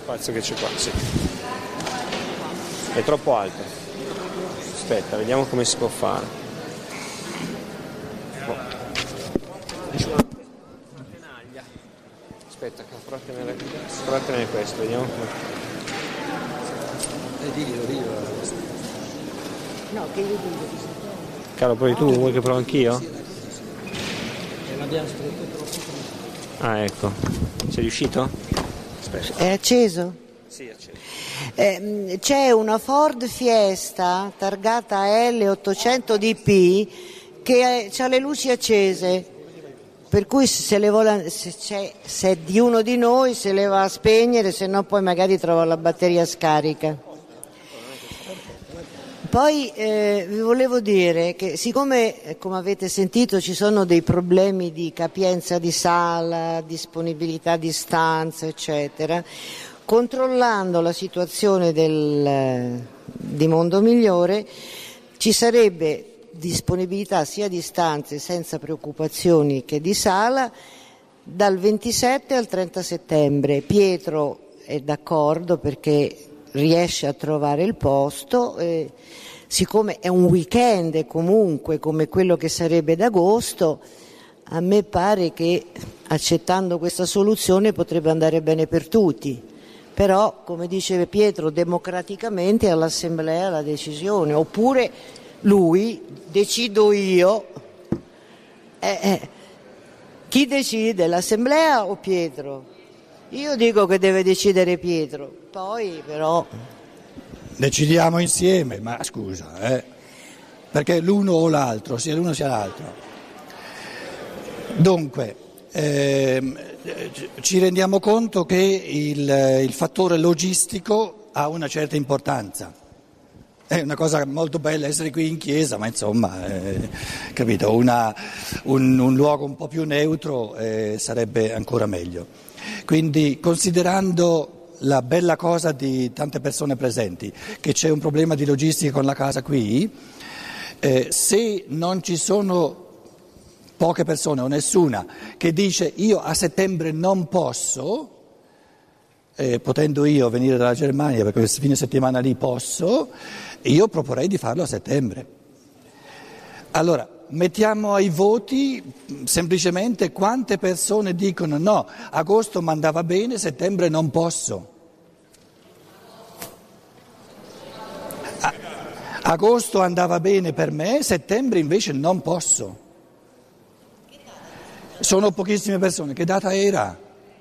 spazio che c'è qua, sì. È troppo alto. Aspetta, vediamo come si può fare. Una tenaglia. Aspetta, prova a tenere questo, vediamo come. No, che io dico. Caro, poi tu vuoi che provo anch'io? L'abbiamo stretto troppo. Ah, ecco. Sei riuscito? Aspetta. È acceso? Sì, è acceso. C'è una Ford Fiesta targata L800DP che ha le luci accese, per cui se è di uno di noi se le va a spegnere, se no poi magari trova la batteria scarica. Poi vi volevo dire che siccome, come avete sentito, ci sono dei problemi di capienza di sala, disponibilità di stanze, eccetera, controllando la situazione di Mondo Migliore ci sarebbe disponibilità sia di stanze senza preoccupazioni che di sala dal 27 al 30 settembre. Pietro è d'accordo perché riesce a trovare il posto, siccome è un weekend comunque come quello che sarebbe d'agosto, a me pare che accettando questa soluzione potrebbe andare bene per tutti, però come dice Pietro democraticamente all'assemblea la decisione, oppure lui, decido io, chi decide, l'assemblea o Pietro? Io dico che deve decidere Pietro, poi però... Decidiamo insieme, ma scusa, perché l'uno o l'altro, sia l'uno sia l'altro. Dunque, ci rendiamo conto che il fattore logistico ha una certa importanza. È una cosa molto bella essere qui in chiesa, ma insomma, capito, un luogo un po' più neutro sarebbe ancora meglio. Quindi, considerando la bella cosa di tante persone presenti, che c'è un problema di logistica con la casa qui, se non ci sono poche persone o nessuna che dice io a settembre non posso, potendo io venire dalla Germania perché questo fine settimana lì posso, io proporrei di farlo a settembre. Allora, mettiamo ai voti semplicemente quante persone dicono no, agosto mi andava bene, settembre non posso. Agosto andava bene per me, settembre invece non posso. Sono pochissime persone, che data era?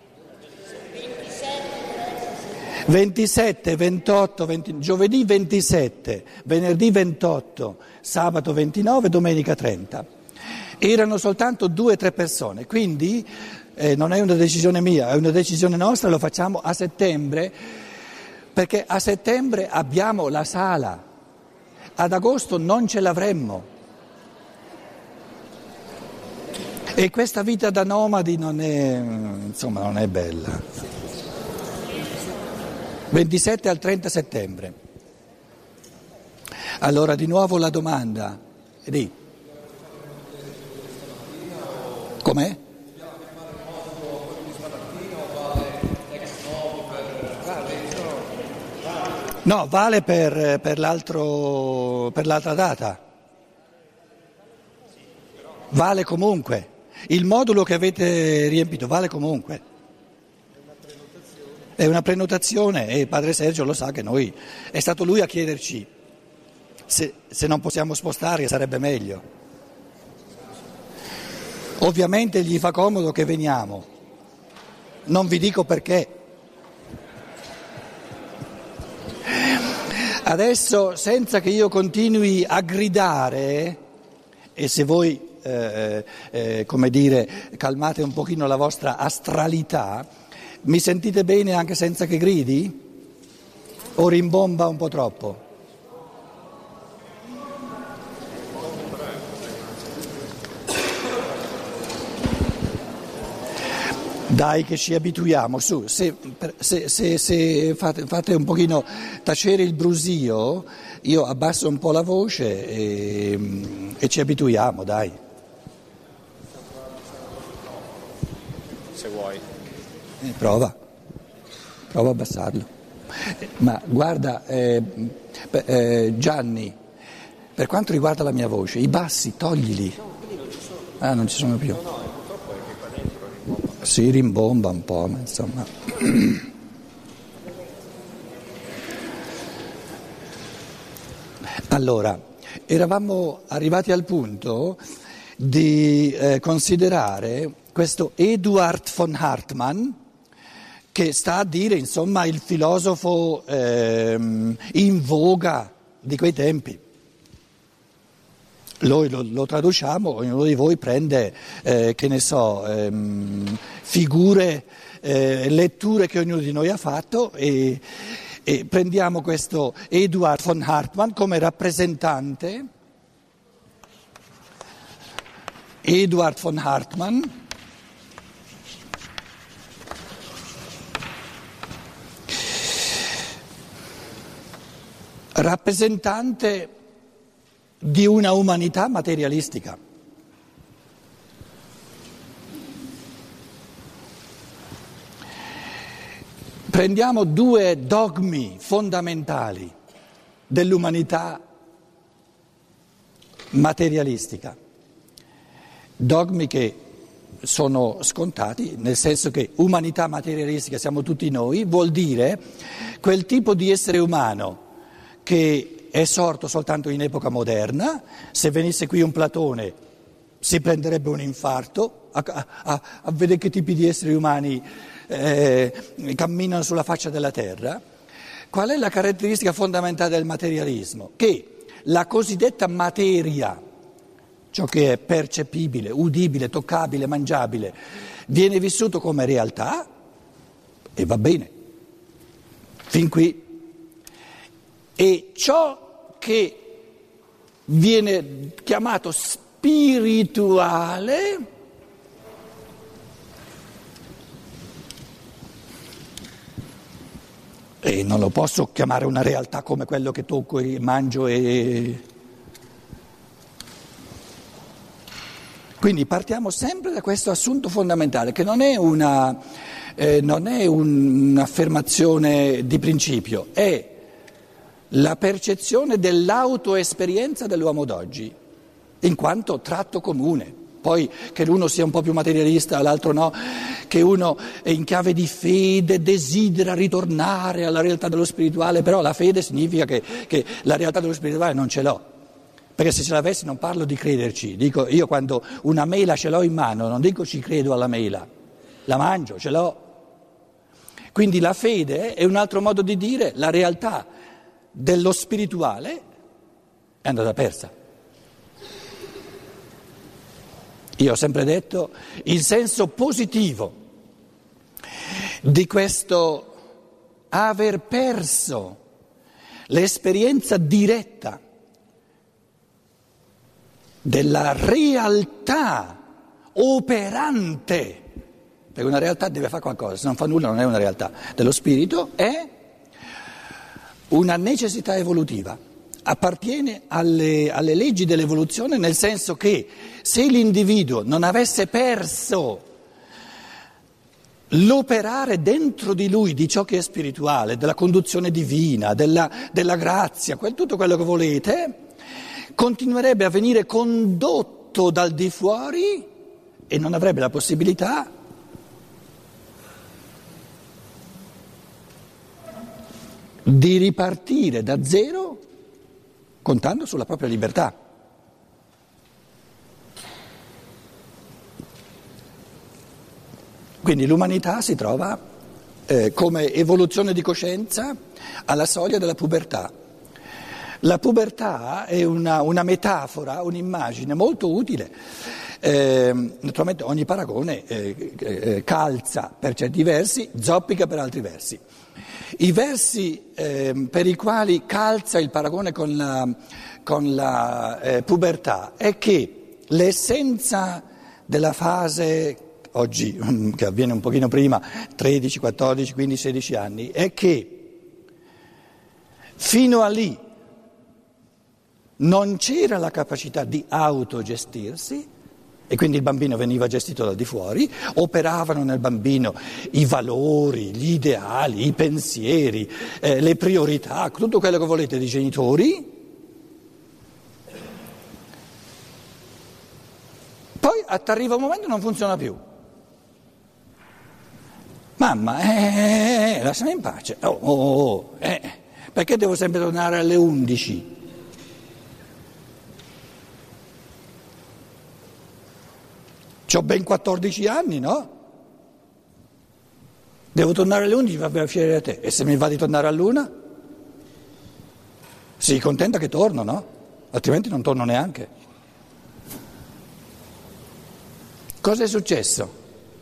27, 28, 20, giovedì 27, venerdì 28, sabato 29, domenica 30. Erano soltanto 2 o 3 persone, quindi non è una decisione mia, è una decisione nostra, lo facciamo a settembre, perché a settembre abbiamo la sala, ad agosto non ce l'avremmo. E questa vita da nomadi non è bella. 27 al 30 settembre. Allora di nuovo la domanda. Com'è? No, vale per l'altra data. Vale comunque. Il modulo che avete riempito vale comunque. È una prenotazione e padre Sergio lo sa che è stato lui a chiederci se non possiamo spostare sarebbe meglio. Ovviamente gli fa comodo che veniamo, non vi dico perché. Adesso, senza che io continui a gridare, e se voi calmate un pochino la vostra astralità, mi sentite bene anche senza che gridi? O rimbomba un po' troppo? Dai che ci abituiamo, su, se fate un pochino tacere il brusio, io abbasso un po' la voce e ci abituiamo, dai. Se vuoi. Prova. Provo a abbassarlo. Ma guarda, Gianni, per quanto riguarda la mia voce, i bassi toglili. Ah, non ci sono più. Si rimbomba un po', ma insomma. Allora, eravamo arrivati al punto di considerare questo Eduard von Hartmann, che sta a dire, insomma, il filosofo in voga di quei tempi. Noi lo traduciamo, ognuno di voi prende, che ne so, figure, letture che ognuno di noi ha fatto e prendiamo questo Eduard von Hartmann come rappresentante. Eduard von Hartmann, rappresentante di una umanità materialistica. Prendiamo due dogmi fondamentali dell'umanità materialistica, dogmi che sono scontati, nel senso che umanità materialistica siamo tutti noi, vuol dire quel tipo di essere umano che è sorto soltanto in epoca moderna. Se venisse qui un Platone si prenderebbe un infarto a vedere che tipi di esseri umani camminano sulla faccia della terra. Qual è la caratteristica fondamentale del materialismo? Che la cosiddetta materia, ciò che è percepibile, udibile, toccabile, mangiabile, viene vissuto come realtà e va bene, fin qui. E ciò che viene chiamato spirituale e non lo posso chiamare una realtà come quello che tocco e mangio e... Quindi partiamo sempre da questo assunto fondamentale, che non è un'affermazione di principio, è la percezione dell'autoesperienza dell'uomo d'oggi, in quanto tratto comune. Poi che l'uno sia un po' più materialista, l'altro no, che uno in chiave di fede desidera ritornare alla realtà dello spirituale, però la fede significa che la realtà dello spirituale non ce l'ho. Perché se ce l'avessi non parlo di crederci, dico io quando una mela ce l'ho in mano, non dico ci credo alla mela, la mangio, ce l'ho. Quindi la fede è un altro modo di dire la realtà dello spirituale è andata persa. Io ho sempre detto il senso positivo di questo aver perso l'esperienza diretta della realtà operante, perché una realtà deve fare qualcosa, se non fa nulla non è una realtà, dello spirito, è una necessità evolutiva, appartiene alle leggi dell'evoluzione, nel senso che se l'individuo non avesse perso l'operare dentro di lui di ciò che è spirituale, della conduzione divina, della grazia, tutto quello che volete, continuerebbe a venire condotto dal di fuori e non avrebbe la possibilità di ripartire da zero contando sulla propria libertà. Quindi l'umanità si trova come evoluzione di coscienza alla soglia della pubertà. La pubertà è una metafora, un'immagine molto utile. Naturalmente ogni paragone calza per certi versi, zoppica per altri versi. I versi per i quali calza il paragone con la pubertà è che l'essenza della fase, oggi che avviene un pochino prima, 13, 14, 15, 16 anni, è che fino a lì non c'era la capacità di autogestirsi e quindi il bambino veniva gestito da di fuori, operavano nel bambino i valori, gli ideali, i pensieri, le priorità, tutto quello che volete di genitori. Poi arriva un momento e non funziona più. Mamma, lasciami in pace. Perché devo sempre tornare alle 11? C'ho ben 14 anni, no? Devo tornare alle 11 per piacere a te. E se mi va di tornare all'1? Sii contenta che torno, no? Altrimenti non torno neanche. Cosa è successo?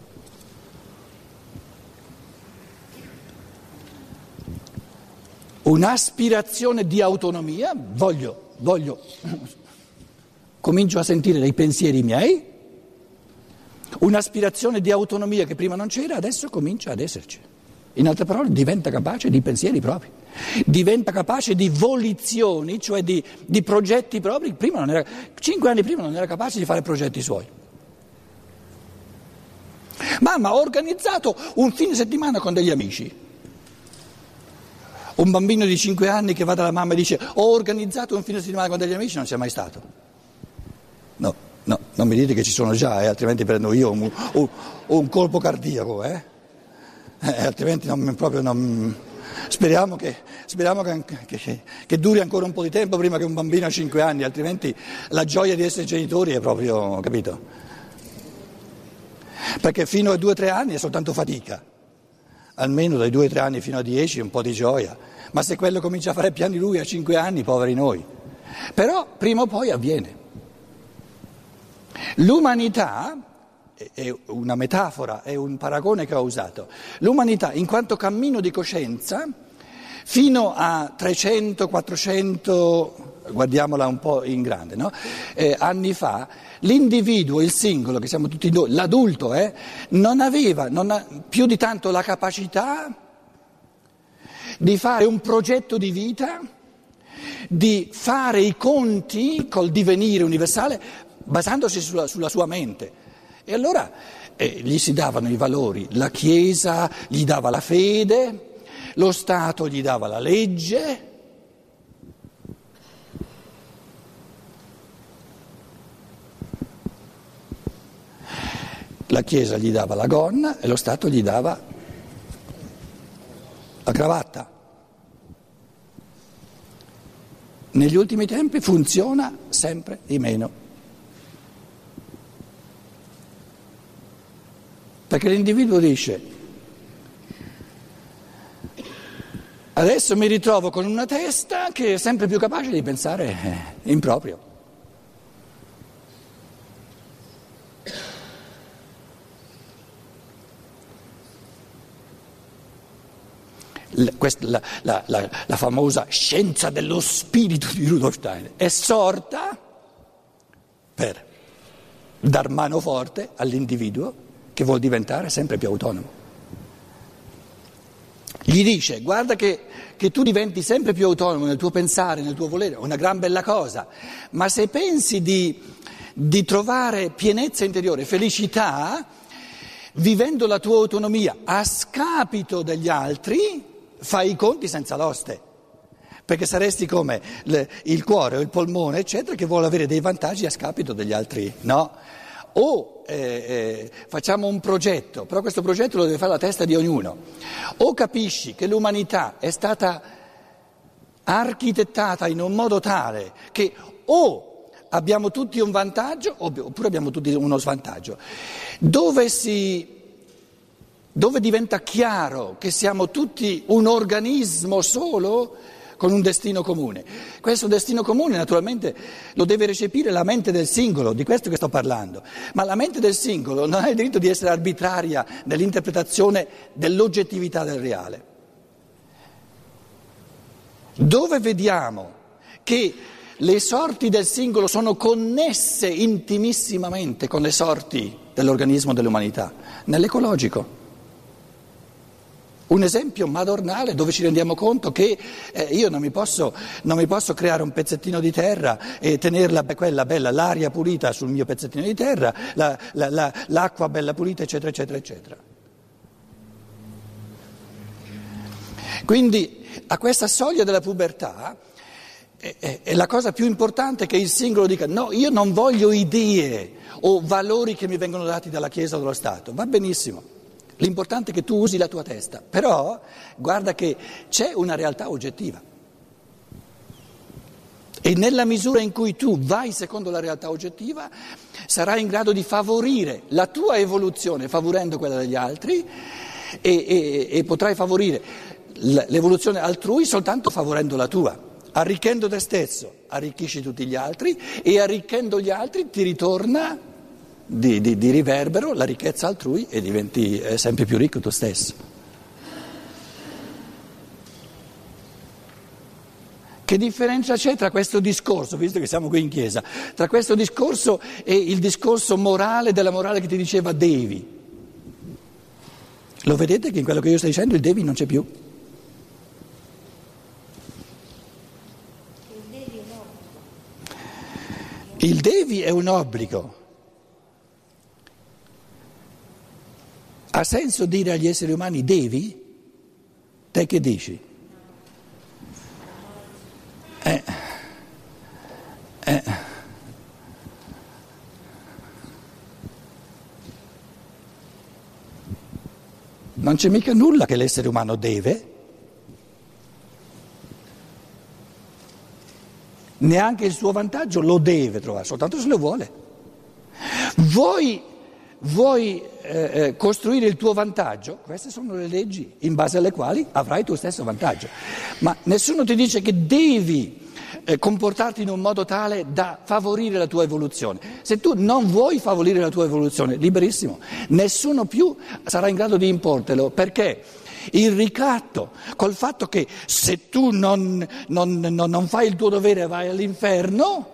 Un'aspirazione di autonomia, comincio a sentire dei pensieri miei, un'aspirazione di autonomia che prima non c'era, adesso comincia ad esserci. In altre parole, diventa capace di pensieri propri, diventa capace di volizioni, cioè di progetti propri. 5 anni prima non era capace di fare progetti suoi. Mamma, ho organizzato un fine settimana con degli amici. Un bambino di 5 anni che va dalla mamma e dice ho organizzato un fine settimana con degli amici, non c'è mai stato. No, non mi dite che ci sono già, altrimenti prendo io un colpo cardiaco, altrimenti speriamo che duri ancora un po' di tempo prima che un bambino a 5 anni, altrimenti la gioia di essere genitori è proprio, capito? Perché fino ai 2-3 anni è soltanto fatica. Almeno dai 2-3 anni fino a 10 un po' di gioia, ma se quello comincia a fare piani lui a 5 anni, poveri noi. Però prima o poi avviene. L'umanità, è una metafora, è un paragone che ho usato, l'umanità in quanto cammino di coscienza, fino a 300-400, guardiamola un po' in grande, no? Anni fa, l'individuo, il singolo, che siamo tutti noi, l'adulto, non ha più di tanto la capacità di fare un progetto di vita, di fare i conti col divenire universale basandosi sulla sua mente. E allora gli si davano i valori, la Chiesa gli dava la fede, lo Stato gli dava la legge. La Chiesa gli dava la gonna e lo Stato gli dava la cravatta. Negli ultimi tempi funziona sempre di meno. Perché l'individuo dice, adesso mi ritrovo con una testa che è sempre più capace di pensare in proprio. La famosa scienza dello spirito di Rudolf Steiner è sorta per dar mano forte all'individuo che vuol diventare sempre più autonomo. Gli dice, guarda che tu diventi sempre più autonomo nel tuo pensare, nel tuo volere, è una gran bella cosa, ma se pensi di trovare pienezza interiore, felicità, vivendo la tua autonomia a scapito degli altri, fai i conti senza l'oste, perché saresti come il cuore o il polmone, eccetera, che vuole avere dei vantaggi a scapito degli altri, no? O facciamo un progetto, però questo progetto lo deve fare la testa di ognuno, o capisci che l'umanità è stata architettata in un modo tale che o abbiamo tutti un vantaggio oppure abbiamo tutti uno svantaggio, dove diventa chiaro che siamo tutti un organismo solo con un destino comune. Questo destino comune naturalmente lo deve recepire la mente del singolo, di questo che sto parlando, ma la mente del singolo non ha il diritto di essere arbitraria nell'interpretazione dell'oggettività del reale. Dove vediamo che le sorti del singolo sono connesse intimissimamente con le sorti dell'organismo dell'umanità? Nell'ecologico. Un esempio madornale dove ci rendiamo conto che io non mi posso creare un pezzettino di terra e tenerla quella bella, l'aria pulita sul mio pezzettino di terra, l'acqua bella pulita, eccetera, eccetera, eccetera. Quindi a questa soglia della pubertà è la cosa più importante che il singolo dica: no, io non voglio idee o valori che mi vengono dati dalla Chiesa o dallo Stato, va benissimo. L'importante è che tu usi la tua testa, però guarda che c'è una realtà oggettiva e nella misura in cui tu vai secondo la realtà oggettiva sarai in grado di favorire la tua evoluzione favorendo quella degli altri e potrai favorire l'evoluzione altrui soltanto favorendo la tua. Arricchendo te stesso arricchisci tutti gli altri e arricchendo gli altri ti ritorna di riverbero la ricchezza altrui e diventi sempre più ricco tu stesso. Che differenza c'è tra questo discorso, visto che siamo qui in chiesa, tra questo discorso e il discorso morale della morale che ti diceva devi? Lo vedete che in quello che io sto dicendo il devi non c'è più? Il devi è un obbligo. Ha senso dire agli esseri umani devi? Te che dici? Non c'è mica nulla che l'essere umano deve, neanche il suo vantaggio lo deve trovare, soltanto se lo vuole. Vuoi costruire il tuo vantaggio? Queste sono le leggi in base alle quali avrai il tuo stesso vantaggio. Ma nessuno ti dice che devi comportarti in un modo tale da favorire la tua evoluzione. Se tu non vuoi favorire la tua evoluzione, liberissimo, nessuno più sarà in grado di importelo, perché il ricatto col fatto che se tu non fai il tuo dovere e vai all'inferno,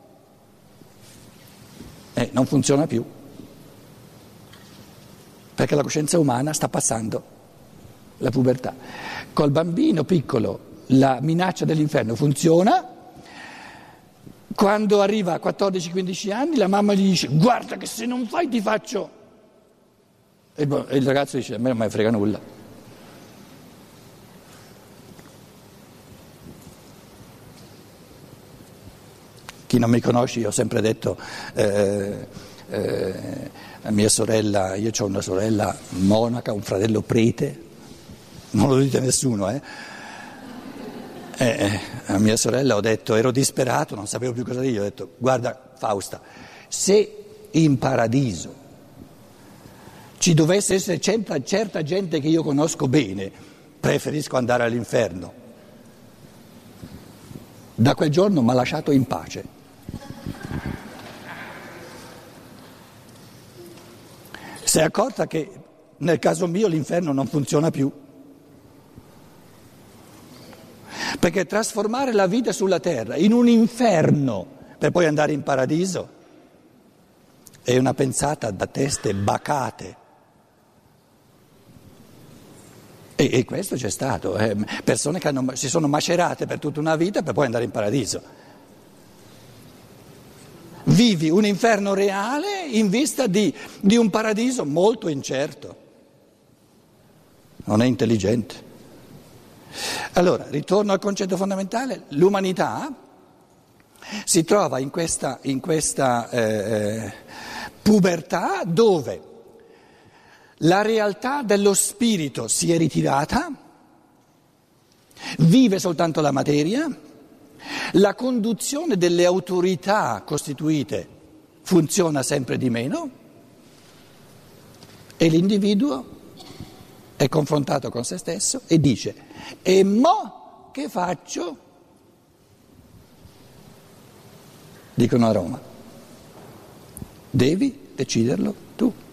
non funziona più. Perché la coscienza umana sta passando la pubertà. Col bambino piccolo la minaccia dell'inferno funziona, quando arriva a 14-15 anni la mamma gli dice: guarda che se non fai ti faccio. E il ragazzo dice: a me non me ne frega nulla. Chi non mi conosce, io ho sempre detto a mia sorella, io ho una sorella monaca, un fratello prete, non lo dite a nessuno, a mia sorella ho detto, ero disperato, non sapevo più cosa dire, ho detto: guarda Fausta, se in paradiso ci dovesse essere certa gente che io conosco bene, preferisco andare all'inferno. Da quel giorno mi ha lasciato in pace. Si è accorta che nel caso mio l'inferno non funziona più, perché trasformare la vita sulla terra in un inferno per poi andare in paradiso è una pensata da teste bacate. E questo c'è stato, persone che si sono macerate per tutta una vita per poi andare in paradiso. Vivi un inferno reale in vista di un paradiso molto incerto. Non è intelligente. Allora, ritorno al concetto fondamentale: l'umanità si trova in questa pubertà dove la realtà dello spirito si è ritirata, vive soltanto la materia. La conduzione delle autorità costituite funziona sempre di meno e l'individuo è confrontato con se stesso e dice: e mo che faccio? Dicono a Roma. Devi deciderlo tu.